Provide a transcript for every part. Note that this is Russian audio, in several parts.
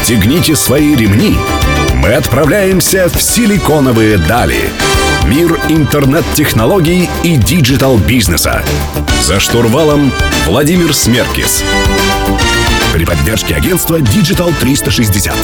Расстегните свои ремни. Мы отправляемся в силиконовые дали. Мир интернет-технологий и диджитал-бизнеса. За штурвалом Владимир Смеркис. При поддержке агентства Digital 360.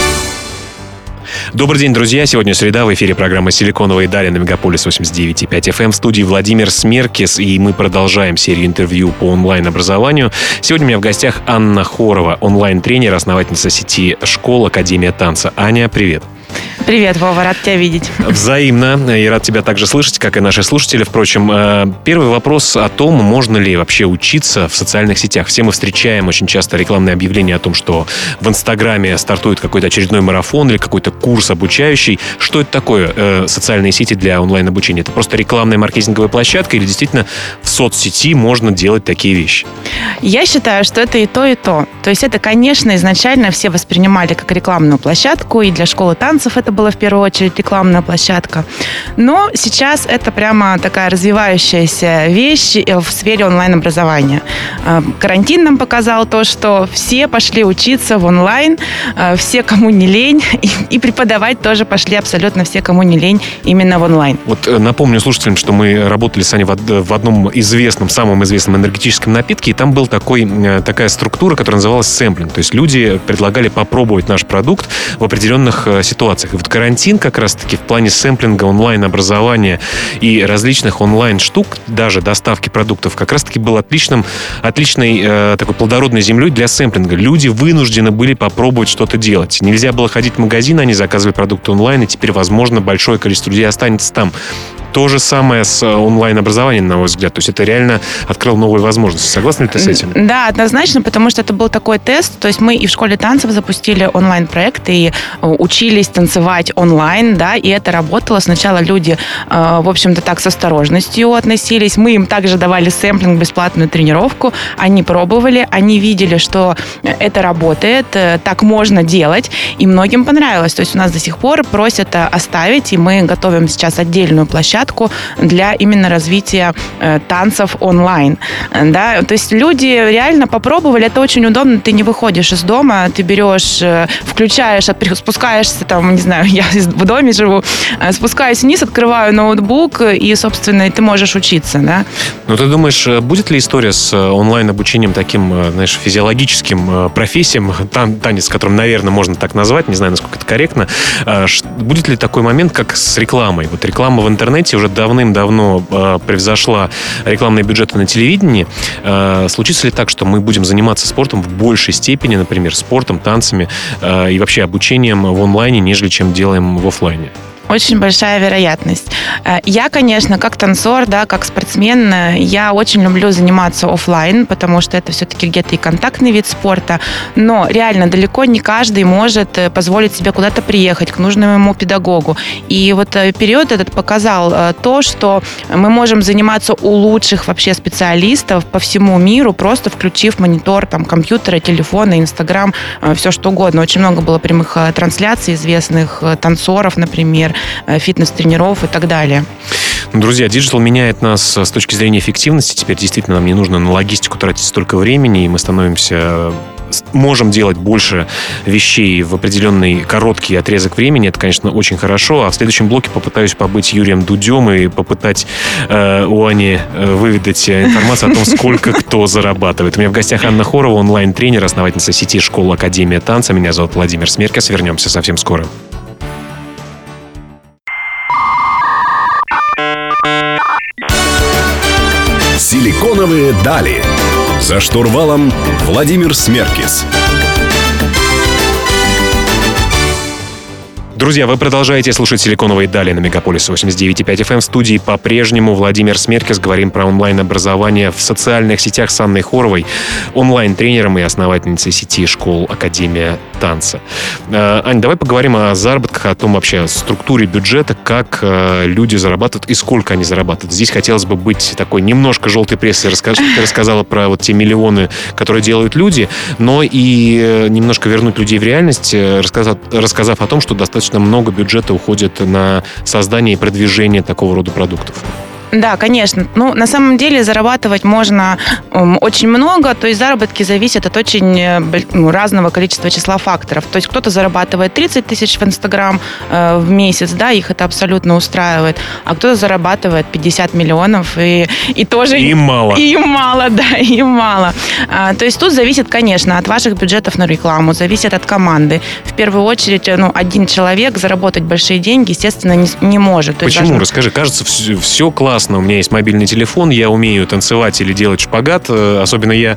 Добрый день, друзья. Сегодня среда. В эфире программа «Силиконовые дали» на Мегаполис 89,5 FM. В студии Владимир Смеркис. И мы продолжаем серию интервью по онлайн-образованию. Сегодня у меня в гостях Анна Хорова, онлайн-тренер, основательница сети школ «Академия танца». Аня, привет. Привет, Вова, рад тебя видеть. Взаимно. И рад тебя также слышать, как и наши слушатели. Впрочем, первый вопрос о том, можно ли вообще учиться в социальных сетях. Все мы встречаем очень часто рекламные объявления о том, что в Инстаграме стартует какой-то очередной марафон или какой-то курс обучающий. Что это такое, социальные сети для онлайн-обучения? Это просто рекламная маркетинговая площадка или действительно в соцсети можно делать такие вещи? Я считаю, что это и то, и то. То есть это, конечно, изначально все воспринимали как рекламную площадку, и для школы танцев это была в первую очередь рекламная площадка. Но сейчас это прямо такая развивающаяся вещь в сфере онлайн-образования. Карантин нам показал то, что все пошли учиться в онлайн, все, кому не лень, и преподавать тоже пошли абсолютно все, кому не лень, именно в онлайн. Вот напомню слушателям, что мы работали с Аней в одном известном, самом известном энергетическом напитке, и там была такая структура, которая называлась сэмплинг. То есть люди предлагали попробовать наш продукт в определенных ситуациях. И вот карантин как раз-таки в плане сэмплинга, онлайн-образования и различных онлайн-штук, даже доставки продуктов, как раз-таки был отличной такой плодородной землей для сэмплинга. Люди вынуждены были попробовать что-то делать. Нельзя было ходить в магазин, они заказывали продукты онлайн, и теперь, возможно, большое количество людей останется там. То же самое с онлайн-образованием, на мой взгляд. То есть это реально открыло новые возможности. Согласна ли ты с этим? Да, однозначно, потому что это был такой тест. То есть мы и в школе танцев запустили онлайн-проект и учились танцевать онлайн, да, и это работало. Сначала люди, в общем-то, так с осторожностью относились. Мы им также давали сэмплинг, бесплатную тренировку. Они пробовали, они видели, что это работает, так можно делать, и многим понравилось. То есть у нас до сих пор просят оставить, и мы готовим сейчас отдельную площадку для именно развития танцев онлайн. Да? То есть люди реально попробовали, это очень удобно, ты не выходишь из дома, ты берешь, включаешь, спускаешься, там, не знаю, я в доме живу, спускаюсь вниз, открываю ноутбук, и, собственно, ты можешь учиться. Да? Ну, ты думаешь, будет ли история с онлайн-обучением таким, знаешь, физиологическим профессиям, танец, которым, наверное, можно так назвать, не знаю, насколько это корректно, будет ли такой момент, как с рекламой? Вот реклама в интернете уже давным-давно превзошла рекламные бюджеты на телевидении. Случится ли так, что мы будем заниматься спортом в большей степени, например, спортом, танцами и вообще обучением в онлайне, нежели чем делаем в офлайне? Очень большая вероятность. Я, конечно, как танцор, да, как спортсмен, я очень люблю заниматься офлайн, потому что это все-таки где-то и контактный вид спорта, но реально далеко не каждый может позволить себе куда-то приехать к нужному ему педагогу. И вот период этот показал то, что мы можем заниматься у лучших вообще специалистов по всему миру, просто включив монитор там, компьютера, телефона, Инстаграм, все что угодно. Очень много было прямых трансляций известных танцоров, например, фитнес-тренеров и так далее. Друзья, диджитал меняет нас с точки зрения эффективности. Теперь действительно нам не нужно на логистику тратить столько времени, и мы можем делать больше вещей в определенный короткий отрезок времени. Это, конечно, очень хорошо. А в следующем блоке попытаюсь побыть Юрием Дудем и попытать у Ани выведать информацию о том, сколько кто зарабатывает. У меня в гостях Анна Хорова, онлайн-тренер, основательница сети школ «Академия танца». Меня зовут Владимир Смеркис. Вернемся совсем скоро. Силиконовые дали. За штурвалом Владимир Смеркис. Друзья, вы продолжаете слушать «Силиконовые дали» на Мегаполис 89,5 FM. В студии по-прежнему Владимир Смеркис. Говорим про онлайн-образование в социальных сетях с Анной Хоровой, онлайн-тренером и основательницей сети школ «Академия танца». Ань, давай поговорим о заработках, о том вообще, о структуре бюджета, как люди зарабатывают и сколько они зарабатывают. Здесь хотелось бы быть такой немножко желтой прессой. Ты рассказала про вот те миллионы, которые делают люди, но и немножко вернуть людей в реальность, рассказав о том, что достаточно много бюджета уходит на создание и продвижение такого рода продуктов. Да, конечно. Ну, на самом деле зарабатывать можно очень много, то есть заработки зависят от очень разного количества числа факторов. То есть кто-то зарабатывает 30 тысяч в Инстаграм в месяц, да, их это абсолютно устраивает, а кто-то зарабатывает 50 миллионов и тоже... Им мало. Им мало, да, им мало. То есть тут зависит, конечно, от ваших бюджетов на рекламу, зависит от команды. В первую очередь, один человек заработать большие деньги, естественно, не может. То есть Почему? Расскажи. Кажется, все классно. У меня есть мобильный телефон, я умею танцевать или делать шпагат. Особенно я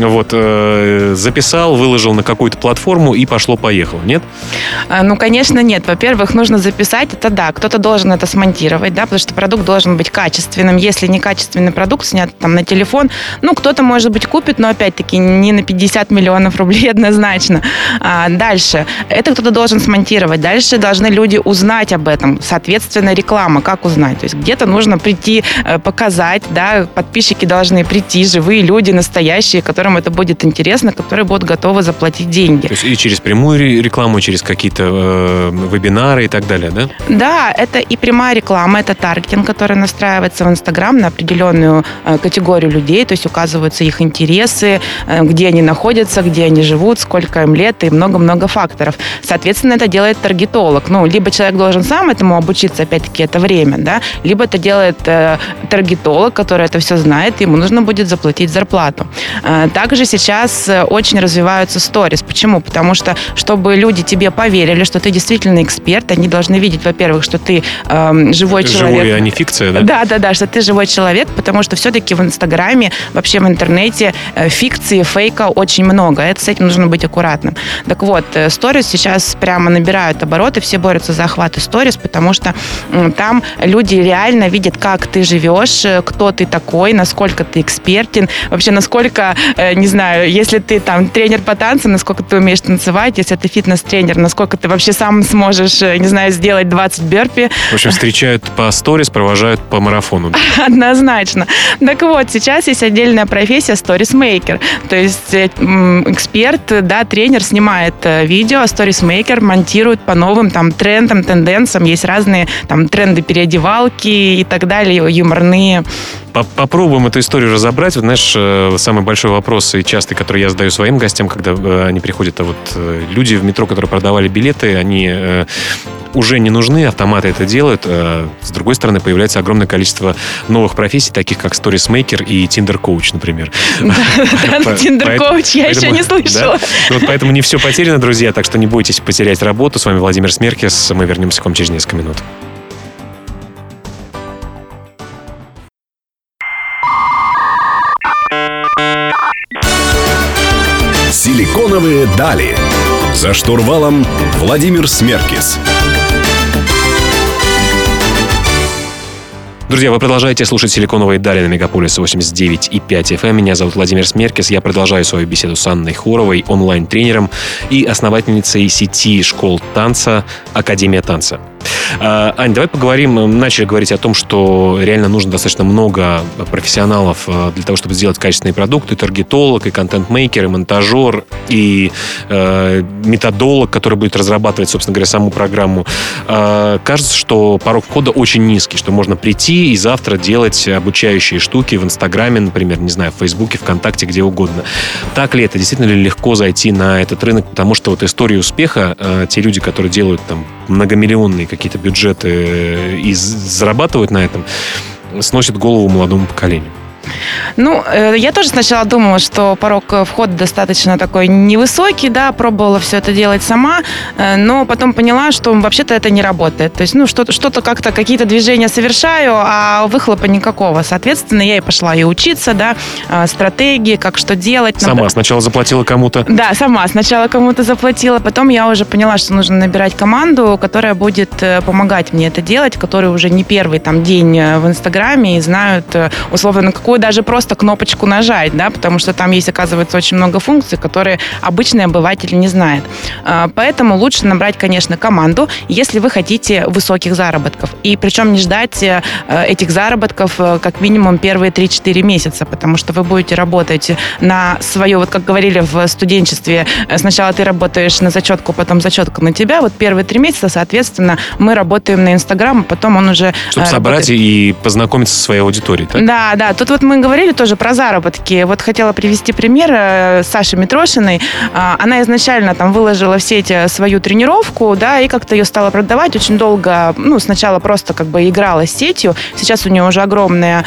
записал, выложил на какую-то платформу и пошло-поехало. Нет? Ну, конечно, нет. Во-первых, нужно записать. Это да, кто-то должен это смонтировать, да, потому что продукт должен быть качественным. Если некачественный продукт снят там на телефон, кто-то, может быть, купит, но, опять-таки, не на 50 миллионов рублей однозначно. Дальше. Это кто-то должен смонтировать. Дальше должны люди узнать об этом. Соответственно, реклама. Как узнать? То есть где-то нужно прийти, показать, да, подписчики должны прийти, живые люди, настоящие, которым это будет интересно, которые будут готовы заплатить деньги. То есть и через прямую рекламу, через какие-то вебинары и так далее, да? Да, это и прямая реклама, это таргетинг, который настраивается в Инстаграм на определенную категорию людей, то есть указываются их интересы, где они находятся, где они живут, сколько им лет и много-много факторов. Соответственно, это делает таргетолог. Либо человек должен сам этому обучиться, опять-таки, это время, да, либо это делает таргетолог, который это все знает, ему нужно будет заплатить зарплату. Также сейчас очень развиваются сторис. Почему? Потому что, чтобы люди тебе поверили, что ты действительно эксперт, они должны видеть, во-первых, что ты живой человек. Живой, а не фикция, да? Да, что ты живой человек, потому что все-таки в Инстаграме, вообще в интернете фикции, фейка очень много. С этим нужно быть аккуратным. Так вот, сторис сейчас прямо набирают обороты, все борются за охваты сторис, потому что там люди реально видят, как ты живешь, кто ты такой, насколько ты экспертен, вообще насколько, не знаю, если ты там тренер по танцам, насколько ты умеешь танцевать, если ты фитнес-тренер, насколько ты вообще сам сможешь, не знаю, сделать 20 бёрпи. В общем, встречают по сторис, провожают по марафону. Однозначно. Так вот, сейчас есть отдельная профессия сторисмейкер, то есть эксперт, да, тренер снимает видео, сторисмейкер монтирует по новым там трендам, тенденциям, есть разные там тренды переодевалки и так далее, юморные. Попробуем эту историю разобрать. Вот, знаешь, самый большой вопрос и частый, который я задаю своим гостям, когда они приходят, люди в метро, которые продавали билеты, они уже не нужны, автоматы это делают. С другой стороны, появляется огромное количество новых профессий, таких как сторисмейкер и тиндер-коуч, например. Тиндер-коуч я еще не слышала. Поэтому не все потеряно, друзья, так что не бойтесь потерять работу. С вами Владимир Смеркис. Мы вернемся к вам через несколько минут. Силиконовые дали. За штурвалом Владимир Смеркис. Друзья, вы продолжаете слушать «Силиконовые дали» на Мегаполис 89,5 FM. Меня зовут Владимир Смеркис. Я продолжаю свою беседу с Анной Хоровой, онлайн-тренером и основательницей сети школ танца «Академия танца». Ань, давай поговорим, начали говорить о том, что реально нужно достаточно много профессионалов для того, чтобы сделать качественные продукты. Таргетолог, и контент-мейкер, и монтажер, и методолог, который будет разрабатывать, собственно говоря, саму программу. Кажется, что порог входа очень низкий, что можно прийти и завтра делать обучающие штуки в Инстаграме, например, не знаю, в Фейсбуке, ВКонтакте, где угодно. Так ли это? Действительно ли легко зайти на этот рынок? Потому что истории успеха, те люди, которые делают там многомиллионные какие-то бюджеты и зарабатывают на этом, сносят голову молодому поколению. Я тоже сначала думала, что порог входа достаточно такой невысокий, да, пробовала все это делать сама, но потом поняла, что вообще-то это не работает. То есть, что-то как-то, какие-то движения совершаю, а выхлопа никакого. Соответственно, я и пошла и учиться, да, стратегии, как что делать. Сама сначала заплатила кому-то? Да, сама сначала кому-то заплатила, потом я уже поняла, что нужно набирать команду, которая будет помогать мне это делать, которые уже не первый там день в Инстаграме и знают, условно, на какую могут даже просто кнопочку нажать, да, потому что там есть, оказывается, очень много функций, которые обычный обыватель не знает. Поэтому лучше набрать, конечно, команду, если вы хотите высоких заработков. И причем не ждать этих заработков как минимум первые 3-4 месяца, потому что вы будете работать на свое, вот как говорили в студенчестве, сначала ты работаешь на зачетку, потом зачетка на тебя. Вот первые 3 месяца, соответственно, мы работаем на Инстаграм, а потом он уже... Чтобы собрать и познакомиться со своей аудиторией, так? Да. Тут вот мы говорили тоже про заработки. Вот хотела привести пример Саши Митрошиной. Она изначально там выложила в сеть свою тренировку, да, и как-то ее стала продавать очень долго. Ну, сначала просто как бы играла с сетью. Сейчас у нее уже огромные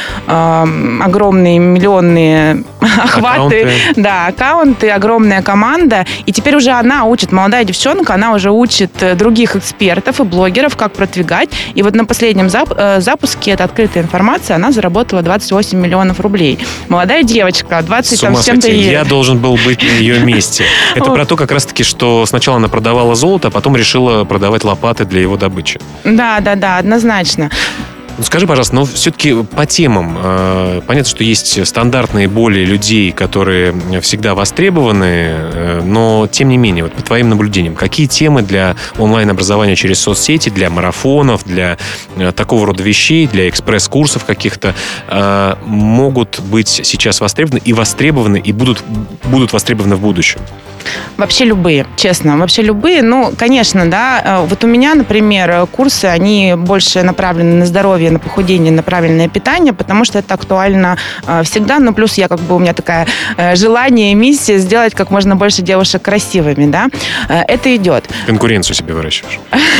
миллионные охваты. Да, аккаунты, огромная команда. И теперь уже она учит, молодая девчонка, она уже учит других экспертов и блогеров, как продвигать. И вот на последнем запуске, это открытая информация, она заработала 28 миллионов рублей. Молодая девочка, 20 там с чем-то... Я должен был быть на ее месте. Это про то, как раз-таки, что сначала она продавала золото, а потом решила продавать лопаты для его добычи. Да, однозначно. Ну, скажи, пожалуйста, но все-таки по темам. Понятно, что есть стандартные боли людей, которые всегда востребованы, но тем не менее, вот по твоим наблюдениям, какие темы для онлайн-образования через соцсети, для марафонов, для такого рода вещей, для экспресс-курсов каких-то могут быть сейчас востребованы и будут востребованы в будущем? Вообще любые, честно, вообще любые. Ну, конечно, да. Вот у меня, например, курсы, они больше направлены на здоровье, на похудение, на правильное питание, потому что это актуально всегда. Ну, плюс у меня такая желание и миссия сделать как можно больше девушек красивыми, да. Это идет. Конкуренцию себе выращиваешь.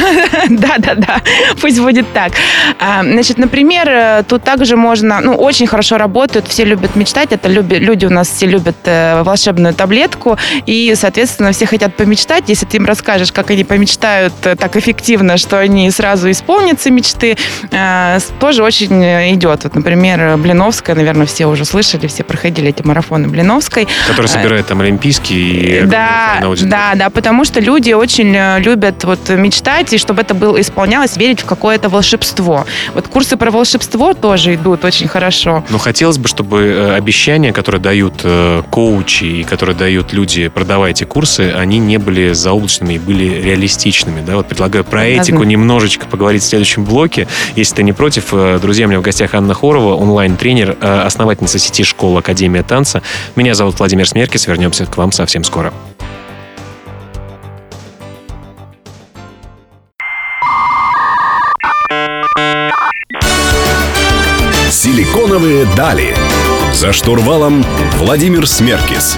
Да. Пусть будет так. Значит, например, тут также можно, очень хорошо работают, все любят мечтать. Это люди у нас все любят волшебную таблетку. И, соответственно, все хотят помечтать. Если ты им расскажешь, как они помечтают так эффективно, что они сразу исполнятся мечты, тоже очень идет. Вот, например, Блиновская, наверное, все уже слышали, все проходили эти марафоны Блиновской. Которая собирает там олимпийские. Да, потому что люди очень любят вот мечтать, и чтобы это исполнялось, верить в какое-то волшебство. Вот курсы про волшебство тоже идут очень хорошо. Но хотелось бы, чтобы обещания, которые дают коучи и которые дают люди, продавая эти курсы, они не были заоблачными и были реалистичными. Да? Вот предлагаю про этику немножечко поговорить в следующем блоке. Если ты не против, друзья, у меня в гостях Анна Хорова, онлайн-тренер, основательница сети школ Академия танца. Меня зовут Владимир Смеркис. Вернемся к вам совсем скоро. Силиконовые дали. За штурвалом Владимир Смеркис.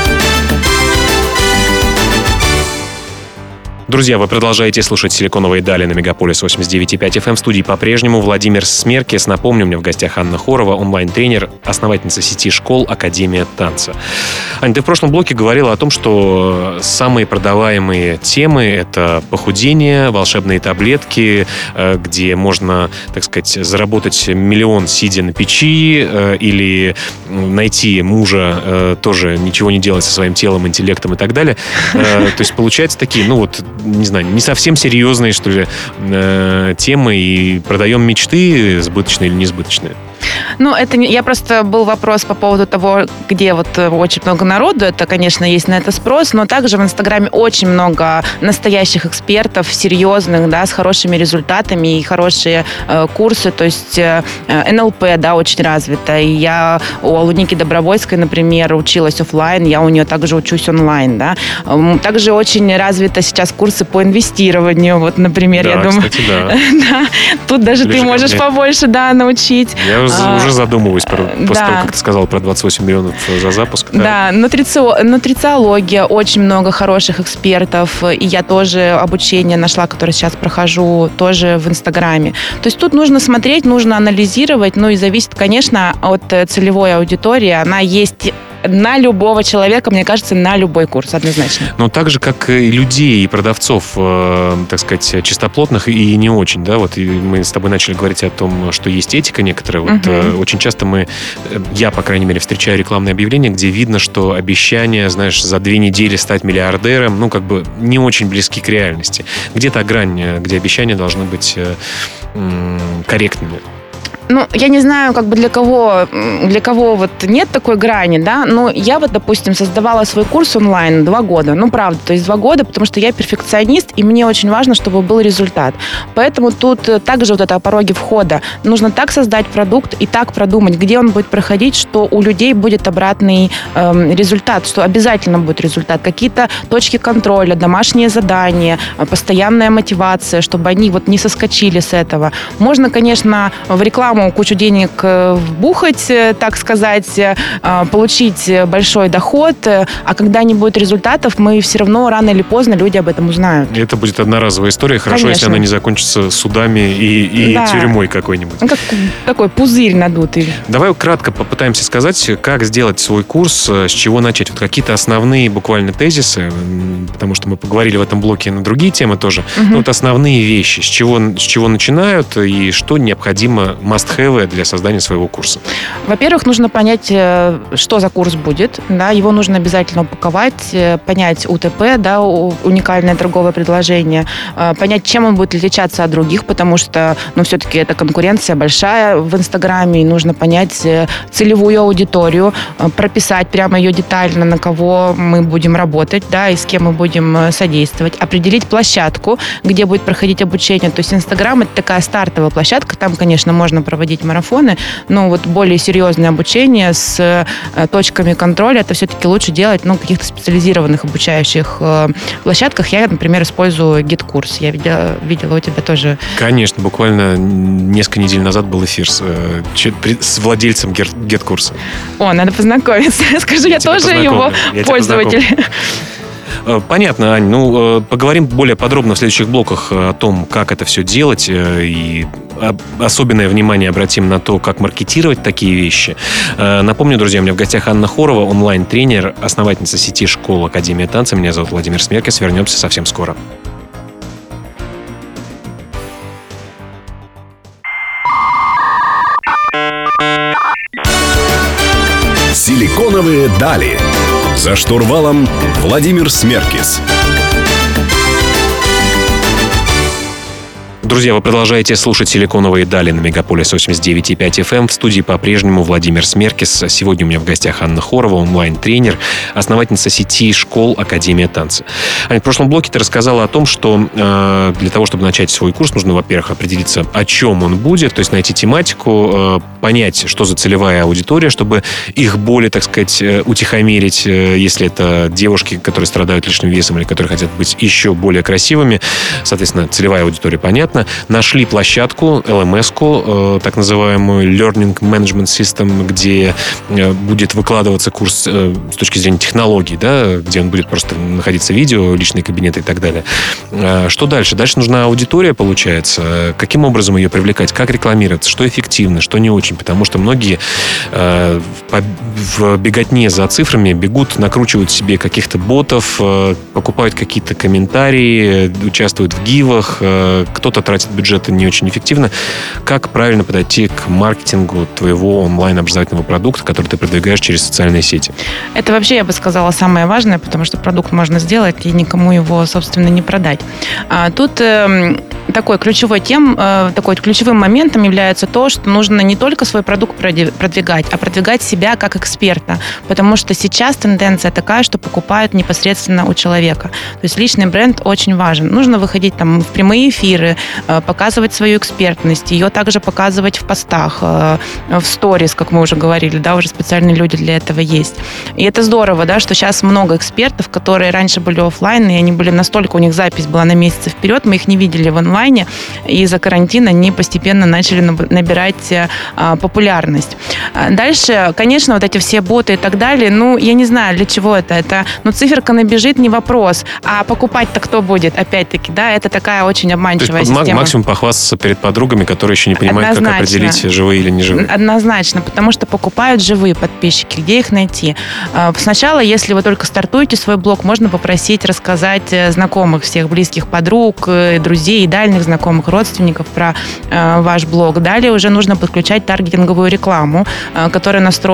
Друзья, вы продолжаете слушать «Силиконовые дали» на Мегаполис 89.5 FM. В студии по-прежнему Владимир Смеркис. Напомню, у меня в гостях Анна Хорова, онлайн-тренер, основательница сети школ Академия танца. Аня, ты в прошлом блоке говорила о том, что самые продаваемые темы — это похудение, волшебные таблетки, где можно, так сказать, заработать миллион, сидя на печи, или найти мужа, тоже ничего не делать со своим телом, интеллектом и так далее. То есть получается такие, не знаю, не совсем серьезные, что ли, темы, и продаем мечты, сбыточные или несбыточные. Я просто был вопрос по поводу того, где вот очень много народу, это, конечно, есть на это спрос, но также в Инстаграме очень много настоящих экспертов, серьезных, да, с хорошими результатами и хорошие курсы, то есть НЛП, да, очень развито. И я у Алуники Добровольской, например, училась офлайн, я у нее также учусь онлайн, да. Также очень развито сейчас курсы по инвестированию, вот, например, да, я думаю. Кстати, да. Да, тут даже ты можешь побольше, да, научить. Я уже задумываюсь после того, как ты сказала про 28 миллионов за запуск. Да, нутрициология, очень много хороших экспертов. И я тоже обучение нашла, которое сейчас прохожу, тоже в Инстаграме. То есть тут нужно смотреть, нужно анализировать, и зависит, конечно, от целевой аудитории. Она есть на любого человека, мне кажется, на любой курс, однозначно. Но так же, как и людей, и продавцов, так сказать, чистоплотных и не очень, да, вот и мы с тобой начали говорить о том, что есть этика некоторая. Вот очень часто я, по крайней мере, встречаю рекламные объявления, где видно, что обещания, знаешь, за 2 недели стать миллиардером, не очень близки к реальности. Где та грань, где обещания должны быть корректными? Ну, я не знаю, как бы для кого вот нет такой грани, да, но я вот, допустим, создавала свой курс онлайн 2 года, ну, правда, то есть 2 года, потому что я перфекционист, и мне очень важно, чтобы был результат. Поэтому тут также вот это о пороге входа. Нужно так создать продукт и так продумать, где он будет проходить, что у людей будет обратный результат, что обязательно будет результат. Какие-то точки контроля, домашние задания, постоянная мотивация, чтобы они вот не соскочили с этого. Можно, конечно, в рекламу кучу денег вбухать, так сказать, получить большой доход, а когда не будет результатов, мы все равно рано или поздно люди об этом узнают. Это будет одноразовая история. Хорошо, конечно, если она не закончится судами и тюрьмой какой-нибудь. Как такой пузырь надутый. Давай кратко попытаемся сказать, как сделать свой курс, с чего начать. Вот какие-то основные буквально тезисы, потому что мы поговорили в этом блоке на другие темы тоже. Ну, вот основные вещи, с чего начинают и что необходимо must-have для создания своего курса. Во-первых, нужно понять, что за курс будет. Да, его нужно обязательно упаковать, понять УТП, да, уникальное торговое предложение, понять, чем он будет отличаться от других, потому что, ну, все-таки это конкуренция большая в Инстаграме, и нужно понять целевую аудиторию, прописать прямо ее детально, на кого мы будем работать, да, и с кем мы будем содействовать, определить площадку, где будет проходить обучение. То есть Инстаграм — это такая стартовая площадка, там, конечно, можно проводить марафоны, но вот более серьезное обучение с точками контроля, это все-таки лучше делать, ну, в каких-то специализированных обучающих площадках. Я, например, использую GitKurs. Я видела у тебя тоже. Конечно, буквально несколько недель назад был эфир с владельцем GitKurs. О, надо познакомиться. Скажу, я тоже его пользователь. Понятно, Ань. Ну, поговорим более подробно в следующих блоках о том, как это все делать, и особенное внимание обратим на то, как маркетировать такие вещи. Напомню, друзья, у меня в гостях Анна Хорова, онлайн-тренер, основательница сети школ Академия танца. Меня зовут Владимир Смеркис. Вернемся совсем скоро. Силиконовые дали. За штурвалом Владимир Смеркис. Друзья, вы продолжаете слушать «Силиконовые дали» на Мегаполис 89,5 FM. В студии по-прежнему Владимир Смеркис. Сегодня у меня в гостях Анна Хорова, онлайн-тренер, основательница сети школ Академия танца. Аня, в прошлом блоке ты рассказала о том, что для того, чтобы начать свой курс, нужно, во-первых, определиться, о чем он будет, то есть найти тематику, понять, что за целевая аудитория, чтобы их боли, так сказать, утихомирить, если это девушки, которые страдают лишним весом или которые хотят быть еще более красивыми. Соответственно, целевая аудитория понятна. Нашли площадку, LMS-ку, так называемую Learning Management System, где будет выкладываться курс с точки зрения технологий, да, где он будет просто находиться видео, личные кабинеты и так далее. Что дальше? Дальше нужна аудитория, получается. Каким образом ее привлекать? Как рекламироваться? Что эффективно, что не очень? Потому что многие в беготне за цифрами бегут, накручивают себе каких-то ботов, покупают какие-то комментарии, участвуют в гивах, кто-то тратит бюджеты не очень эффективно. Как правильно подойти к маркетингу твоего онлайн-образовательного продукта, который ты продвигаешь через социальные сети? Это вообще, я бы сказала, самое важное, потому что продукт можно сделать и никому его, собственно, не продать. Тут такой ключевым моментом является то, что нужно не только свой продукт продвигать, а продвигать себя как эксперта. Потому что сейчас тенденция такая, что покупают непосредственно у человека. То есть личный бренд очень важен. Нужно выходить там в прямые эфиры, показывать свою экспертность, ее также показывать в постах, в сторис, как мы уже говорили, да, уже специальные люди для этого есть. И это здорово, да, что сейчас много экспертов, которые раньше были офлайн, и они были настолько, у них запись была на месяцы вперед, мы их не видели в онлайне, и из-за карантина они постепенно начали набирать популярность. Дальше, конечно, вот эти все боты и так далее, ну, я не знаю, для чего это, ну, циферка набежит, не вопрос, а покупать-то кто будет, опять-таки, да, это такая очень обманчивая система. Максимум похвастаться перед подругами, которые еще не понимают, как определить, живые или не живые. Однозначно, потому что покупают живые подписчики. Где их найти? Сначала, если вы только стартуете свой блог, можно попросить рассказать знакомых, всех близких подруг, друзей, дальних знакомых, родственников про ваш блог. Далее уже нужно подключать таргетинговую рекламу, которая настроена на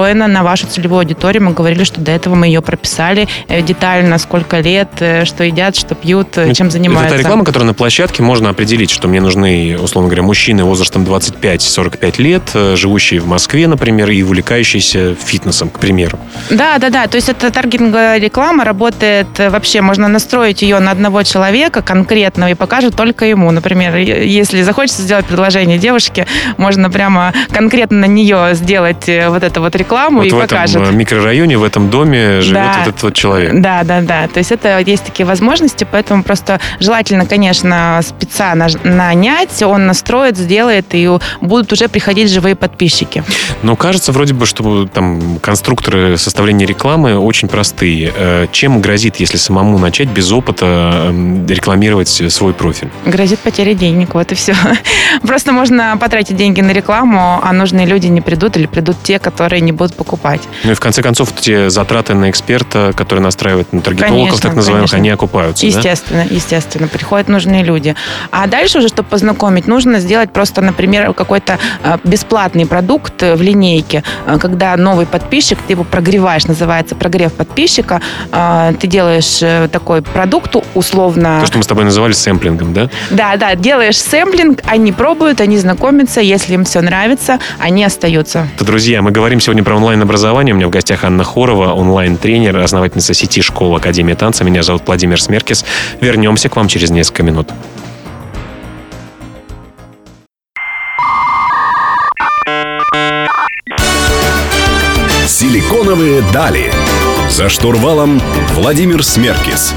вашу целевую аудиторию. Мы говорили, что до этого мы ее прописали детально, сколько лет, что едят, что пьют, чем занимаются. Это та реклама, которая на площадке можно определить, что мне нужны, условно говоря, мужчины возрастом 25-45 лет, живущие в Москве, например, и увлекающиеся фитнесом, к примеру. Да. То есть это таргетинговая реклама, работает вообще, можно настроить ее на одного человека конкретного и покажет только ему. Например, если захочется сделать предложение девушке, можно прямо конкретно на нее сделать вот эту вот рекламу и покажет. В этом микрорайоне, в этом доме живет этот вот человек. Да. То есть это есть такие возможности, поэтому просто желательно, конечно, спеца нанять, он настроит, сделает, и будут уже приходить живые подписчики. Но кажется, вроде бы, что там конструкторы составления рекламы очень простые. Чем грозит, если самому начать без опыта рекламировать свой профиль? Грозит потеря денег, вот и все. Просто можно потратить деньги на рекламу, а нужные люди не придут или придут те, которые не будут покупать. Ну и в конце концов, те затраты на эксперта, которые настраивают на таргетологов, так называемых, они окупаются, Естественно, приходят нужные люди. А дальше уже, чтобы познакомить, нужно сделать просто, например, какой-то бесплатный продукт в линейке, когда новый подписчик, ты его прогреваешь, называется прогрев подписчика, ты делаешь такой продукт условно... То, что мы с тобой называли сэмплингом, да? Да, делаешь сэмплинг, они пробуют, они знакомятся, если им все нравится, они остаются. Друзья, мы говорим сегодня про онлайн-образование. У меня в гостях Анна Хорова, онлайн-тренер, основательница сети школ Академия танца. Меня зовут Владимир Смеркис. Вернемся к вам через несколько минут. Силиконовые дали. За штурвалом Владимир Смеркис.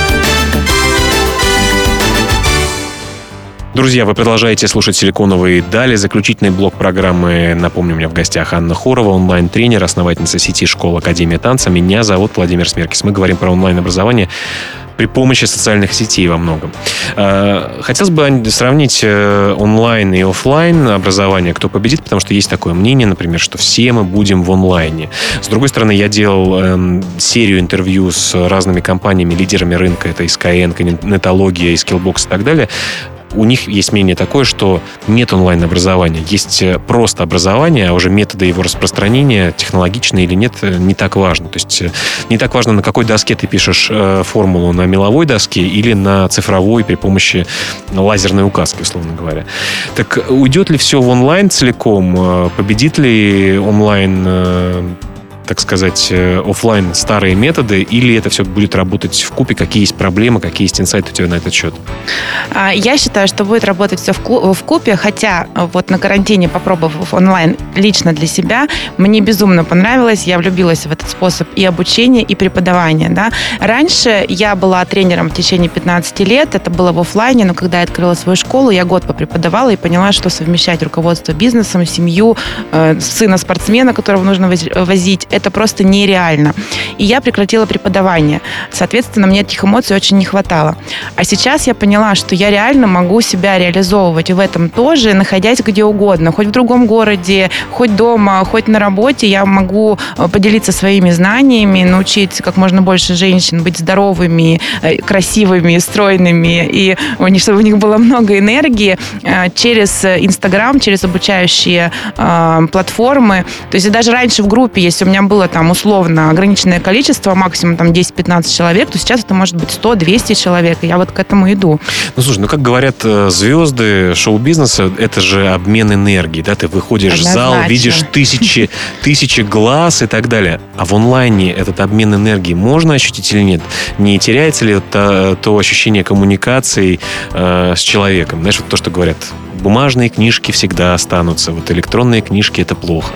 Друзья, вы продолжаете слушать «Силиконовые дали». Заключительный блок программы, напомню, у меня в гостях Анна Хорова, онлайн-тренер, основательница сети школ Академия танца. Меня зовут Владимир Смеркис. Мы говорим про онлайн-образование при помощи социальных сетей во многом. Хотелось бы сравнить онлайн и офлайн образование, кто победит, потому что есть такое мнение, например, что все мы будем в онлайне. С другой стороны, я делал серию интервью с разными компаниями, лидерами рынка, это и Skyeng, и Netologia, и Skillbox и так далее. У них есть мнение такое, что нет онлайн-образования, есть просто образование, а уже методы его распространения, технологичные или нет, не так важно. То есть не так важно, на какой доске ты пишешь формулу, на меловой доске или на цифровой при помощи лазерной указки, условно говоря. Так уйдет ли все в онлайн целиком? Победит ли онлайн, так сказать, офлайн старые методы, или это все будет работать вкупе? Какие есть проблемы, какие есть инсайты у тебя на этот счет? Я считаю, что будет работать все вкупе, хотя вот на карантине, попробовав онлайн лично для себя, мне безумно понравилось, я влюбилась в этот способ и обучения, и преподавания. Да? Раньше я была тренером в течение 15 лет, это было в офлайне, но когда я открыла свою школу, я год попреподавала и поняла, что совмещать руководство бизнесом, семью, сына спортсмена, которого нужно возить, это просто нереально. И я прекратила преподавание. Соответственно, мне этих эмоций очень не хватало. А сейчас я поняла, что я реально могу себя реализовывать в этом тоже, находясь где угодно. Хоть в другом городе, хоть дома, хоть на работе. Я могу поделиться своими знаниями, научить как можно больше женщин быть здоровыми, красивыми, стройными, и чтобы у них было много энергии через Инстаграм, через обучающие платформы. То есть даже раньше в группе, если у меня было там условно ограниченное количество, максимум там 10-15 человек, то сейчас это может быть 100-200 человек, и я вот к этому иду. Ну, слушай, как говорят звезды шоу-бизнеса, это же обмен энергией, да, ты выходишь в зал, видишь тысячи глаз и так далее. А в онлайне этот обмен энергией можно ощутить или нет? Не теряется ли то ощущение коммуникации с человеком? Знаешь, вот то, что говорят, бумажные книжки всегда останутся, вот электронные книжки — это плохо.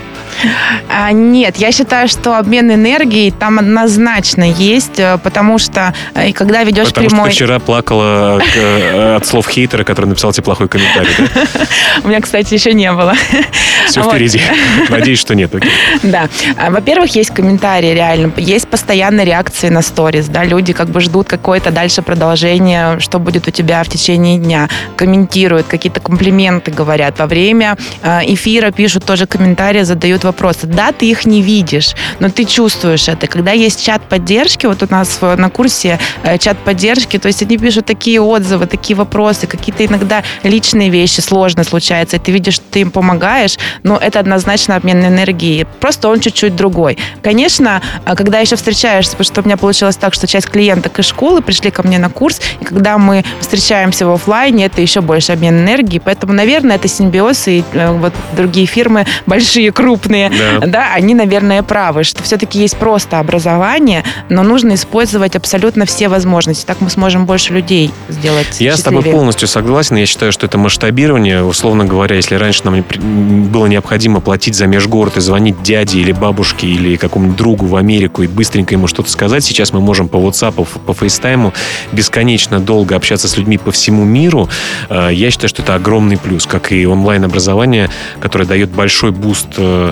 Нет, я считаю, что обмен энергией там однозначно есть, потому что когда ведешь прямой... Потому что ты вчера плакала от слов хейтера, который написал тебе плохой комментарий, да? У меня, кстати, еще не было. Все впереди. Надеюсь, что нет. Да. Во-первых, есть комментарии реально, есть постоянные реакции на сторис, да, люди как бы ждут какое-то дальше продолжение, что будет у тебя в течение дня, комментируют, какие-то комплименты говорят. Во время эфира пишут тоже комментарии, задают вопросы. Да, ты их не видишь, но ты чувствуешь это. Когда есть чат поддержки, вот у нас на курсе чат поддержки, то есть они пишут такие отзывы, такие вопросы, какие-то иногда личные вещи сложно случаются, и ты видишь, что ты им помогаешь, но это однозначно обмен энергией. Просто он чуть-чуть другой. Конечно, когда еще встречаешься, потому что у меня получилось так, что часть клиенток из школы пришли ко мне на курс, и когда мы встречаемся в офлайне, это еще больше обмен энергии, поэтому, наверное, это симбиоз, и вот другие фирмы, большие, крупные, да, они, наверное, правы, что все-таки есть просто образование, но нужно использовать абсолютно все возможности. Так мы сможем больше людей сделать счастливее. Я с тобой полностью согласен. Я считаю, что это масштабирование. Условно говоря, если раньше нам было необходимо платить за межгород и звонить дяде или бабушке или какому-нибудь другу в Америку и быстренько ему что-то сказать, сейчас мы можем по WhatsApp, по FaceTime бесконечно долго общаться с людьми по всему миру. Я считаю, что это огромный плюс, как и онлайн-образование, которое дает большой буст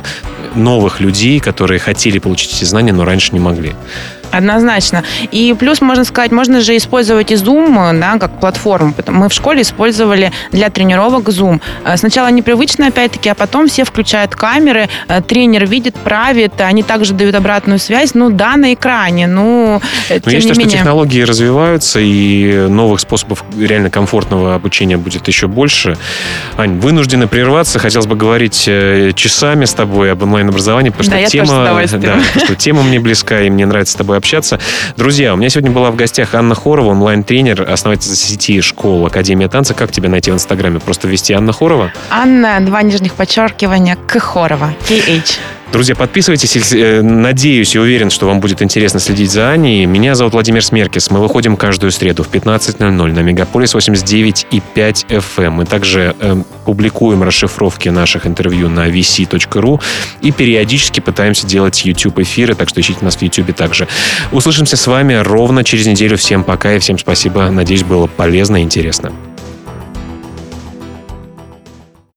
новых людей, которые хотели получить эти знания, но раньше не могли. Однозначно. И плюс, можно сказать, можно же использовать и Zoom, да, как платформу. Мы в школе использовали для тренировок Zoom. Сначала непривычно, опять-таки, а потом все включают камеры, тренер видит, правит, они также дают обратную связь, да, на экране, тем я считаю, не менее. что технологии развиваются, и новых способов реально комфортного обучения будет еще больше. Ань, вынуждены прерваться. Хотелось бы говорить часами с тобой об онлайн-образовании, потому что тема мне близка, и мне нравится с тобой общаться. Друзья, у меня сегодня была в гостях Анна Хорова, онлайн-тренер, основательница сети школ Академия танца. Как тебя найти в Инстаграме? Просто ввести Анна Хорова? Анна, _, Хорова, KH. Друзья, подписывайтесь. Надеюсь и уверен, что вам будет интересно следить за Аней. Меня зовут Владимир Смеркис. Мы выходим каждую среду в 15:00 на Мегаполис 89,5 FM. Мы также публикуем расшифровки наших интервью на vc.ru и периодически пытаемся делать YouTube-эфиры, так что ищите нас в YouTube также. Услышимся с вами ровно через неделю. Всем пока и всем спасибо. Надеюсь, было полезно и интересно.